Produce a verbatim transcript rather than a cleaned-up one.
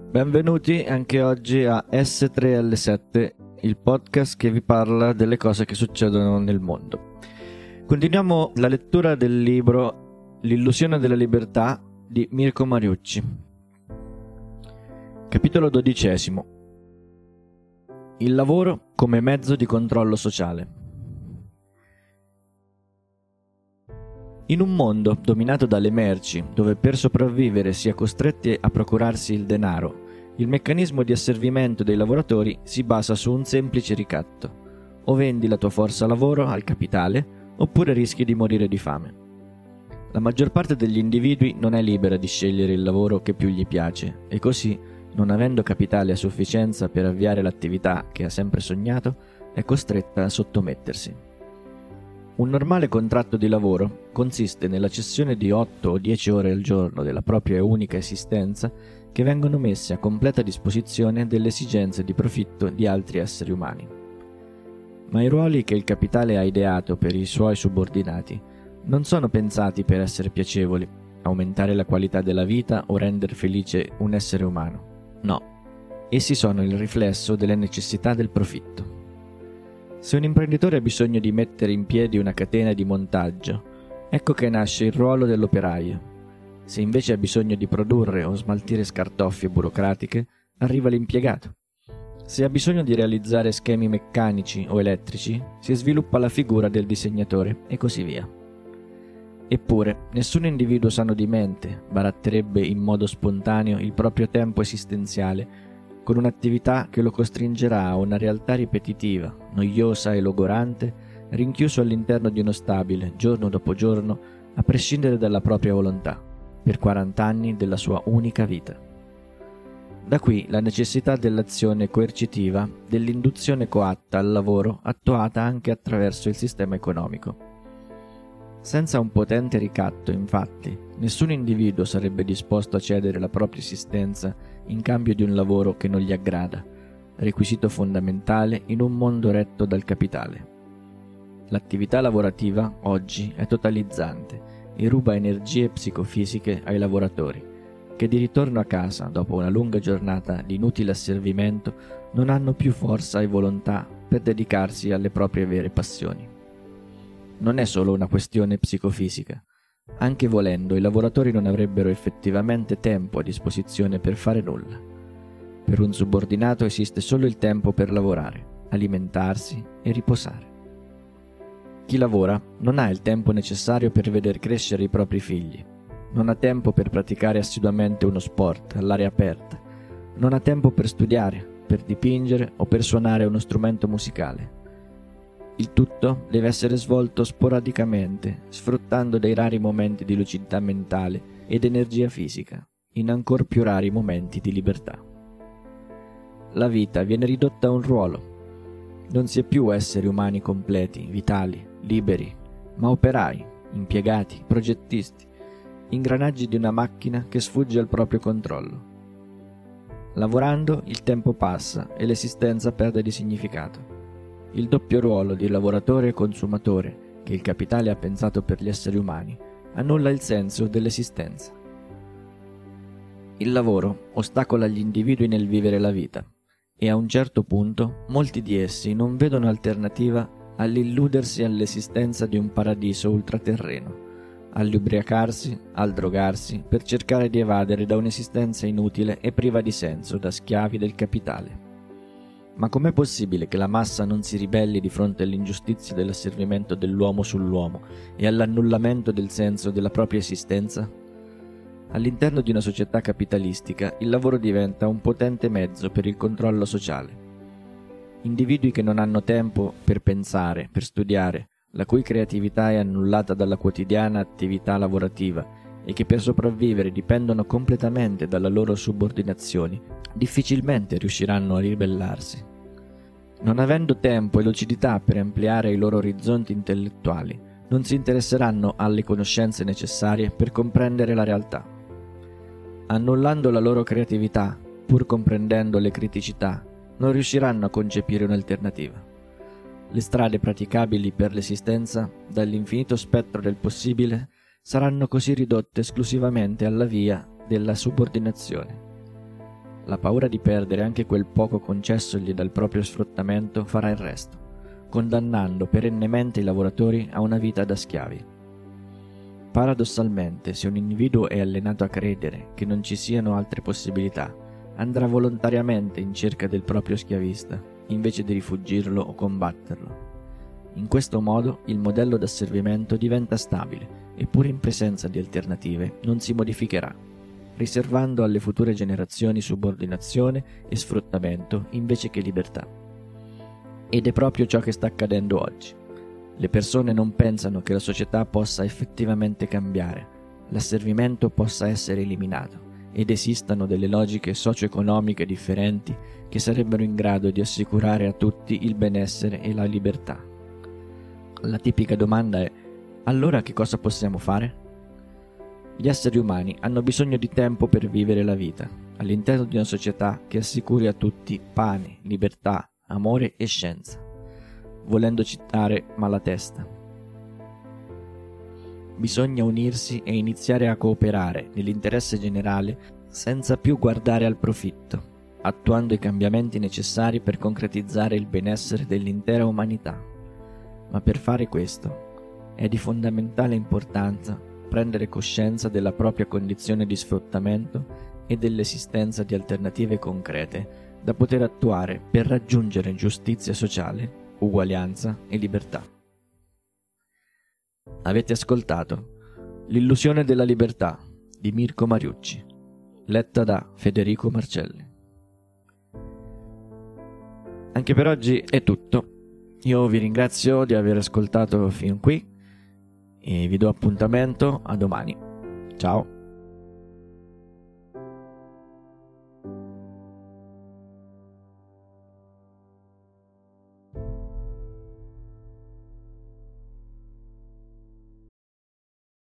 Benvenuti anche oggi a S tre L sette, il podcast che vi parla delle cose che succedono nel mondo. Continuiamo la lettura del libro L'illusione della libertà di Mirko Mariucci. Capitolo dodicesimo. Il lavoro come mezzo di controllo sociale. In un mondo dominato dalle merci, dove per sopravvivere si è costretti a procurarsi il denaro, il meccanismo di asservimento dei lavoratori si basa su un semplice ricatto: o vendi la tua forza lavoro al capitale, oppure rischi di morire di fame. La maggior parte degli individui non è libera di scegliere il lavoro che più gli piace, e così, non avendo capitale a sufficienza per avviare l'attività che ha sempre sognato, è costretta a sottomettersi. Un normale contratto di lavoro consiste nella cessione di otto o dieci ore al giorno della propria e unica esistenza che vengono messe a completa disposizione delle esigenze di profitto di altri esseri umani. Ma i ruoli che il capitale ha ideato per i suoi subordinati non sono pensati per essere piacevoli, aumentare la qualità della vita o rendere felice un essere umano. No, essi sono il riflesso delle necessità del profitto. Se un imprenditore ha bisogno di mettere in piedi una catena di montaggio, ecco che nasce il ruolo dell'operaio. Se invece ha bisogno di produrre o smaltire scartoffie burocratiche, arriva l'impiegato. Se ha bisogno di realizzare schemi meccanici o elettrici, si sviluppa la figura del disegnatore e così via. Eppure, nessun individuo sano di mente baratterebbe in modo spontaneo il proprio tempo esistenziale con un'attività che lo costringerà a una realtà ripetitiva, noiosa e logorante, rinchiuso all'interno di uno stabile, giorno dopo giorno, a prescindere dalla propria volontà, per quaranta anni della sua unica vita. Da qui la necessità dell'azione coercitiva, dell'induzione coatta al lavoro attuata anche attraverso il sistema economico. Senza un potente ricatto, infatti, nessun individuo sarebbe disposto a cedere la propria esistenza in cambio di un lavoro che non gli aggrada, requisito fondamentale in un mondo retto dal capitale. L'attività lavorativa, oggi, è totalizzante e ruba energie psicofisiche ai lavoratori, che di ritorno a casa, dopo una lunga giornata di inutile asservimento, non hanno più forza e volontà per dedicarsi alle proprie vere passioni. Non è solo una questione psicofisica. Anche volendo, i lavoratori non avrebbero effettivamente tempo a disposizione per fare nulla. Per un subordinato esiste solo il tempo per lavorare, alimentarsi e riposare. Chi lavora non ha il tempo necessario per veder crescere i propri figli, non ha tempo per praticare assiduamente uno sport all'aria aperta, non ha tempo per studiare, per dipingere o per suonare uno strumento musicale. Il tutto deve essere svolto sporadicamente, sfruttando dei rari momenti di lucidità mentale ed energia fisica, in ancor più rari momenti di libertà. La vita viene ridotta a un ruolo. Non si è più esseri umani completi, vitali, liberi, ma operai, impiegati, progettisti, ingranaggi di una macchina che sfugge al proprio controllo. Lavorando, il tempo passa e l'esistenza perde di significato. Il doppio ruolo di lavoratore e consumatore che il capitale ha pensato per gli esseri umani annulla il senso dell'esistenza. Il lavoro ostacola gli individui nel vivere la vita e a un certo punto molti di essi non vedono alternativa all'illudersi all'esistenza di un paradiso ultraterreno, all'ubriacarsi, al drogarsi per cercare di evadere da un'esistenza inutile e priva di senso da schiavi del capitale. Ma com'è possibile che la massa non si ribelli di fronte all'ingiustizia dell'asservimento dell'uomo sull'uomo e all'annullamento del senso della propria esistenza? All'interno di una società capitalistica, il lavoro diventa un potente mezzo per il controllo sociale. Individui che non hanno tempo per pensare, per studiare, la cui creatività è annullata dalla quotidiana attività lavorativa e che per sopravvivere dipendono completamente dalla loro subordinazione, difficilmente riusciranno a ribellarsi. Non avendo tempo e lucidità per ampliare i loro orizzonti intellettuali, non si interesseranno alle conoscenze necessarie per comprendere la realtà. Annullando la loro creatività, pur comprendendo le criticità, non riusciranno a concepire un'alternativa. Le strade praticabili per l'esistenza, dall'infinito spettro del possibile, saranno così ridotte esclusivamente alla via della subordinazione. la paura di perdere anche quel poco concessogli dal proprio sfruttamento farà il resto, condannando perennemente i lavoratori a una vita da schiavi. Paradossalmente, se un individuo è allenato a credere che non ci siano altre possibilità, andrà volontariamente in cerca del proprio schiavista, invece di rifuggirlo o combatterlo. In questo modo il modello d'asservimento diventa stabile e pur in presenza di alternative non si modificherà, riservando alle future generazioni subordinazione e sfruttamento invece che libertà. Ed è proprio ciò che sta accadendo oggi. Le persone non pensano che la società possa effettivamente cambiare, l'asservimento possa essere eliminato ed esistano delle logiche socio-economiche differenti che sarebbero in grado di assicurare a tutti il benessere e la libertà. La tipica domanda è: allora che cosa possiamo fare? Gli esseri umani hanno bisogno di tempo per vivere la vita, all'interno di una società che assicuri a tutti pane, libertà, amore e scienza, volendo citare Malatesta. Bisogna unirsi e iniziare a cooperare nell'interesse generale senza più guardare al profitto, attuando i cambiamenti necessari per concretizzare il benessere dell'intera umanità. Ma per fare questo è di fondamentale importanza prendere coscienza della propria condizione di sfruttamento e dell'esistenza di alternative concrete da poter attuare per raggiungere giustizia sociale, uguaglianza e libertà. Avete ascoltato L'illusione della libertà di Mirko Mariucci, letta da Federico Marcelli. Anche per oggi è tutto. Io vi ringrazio di aver ascoltato fin qui e vi do appuntamento a domani. Ciao!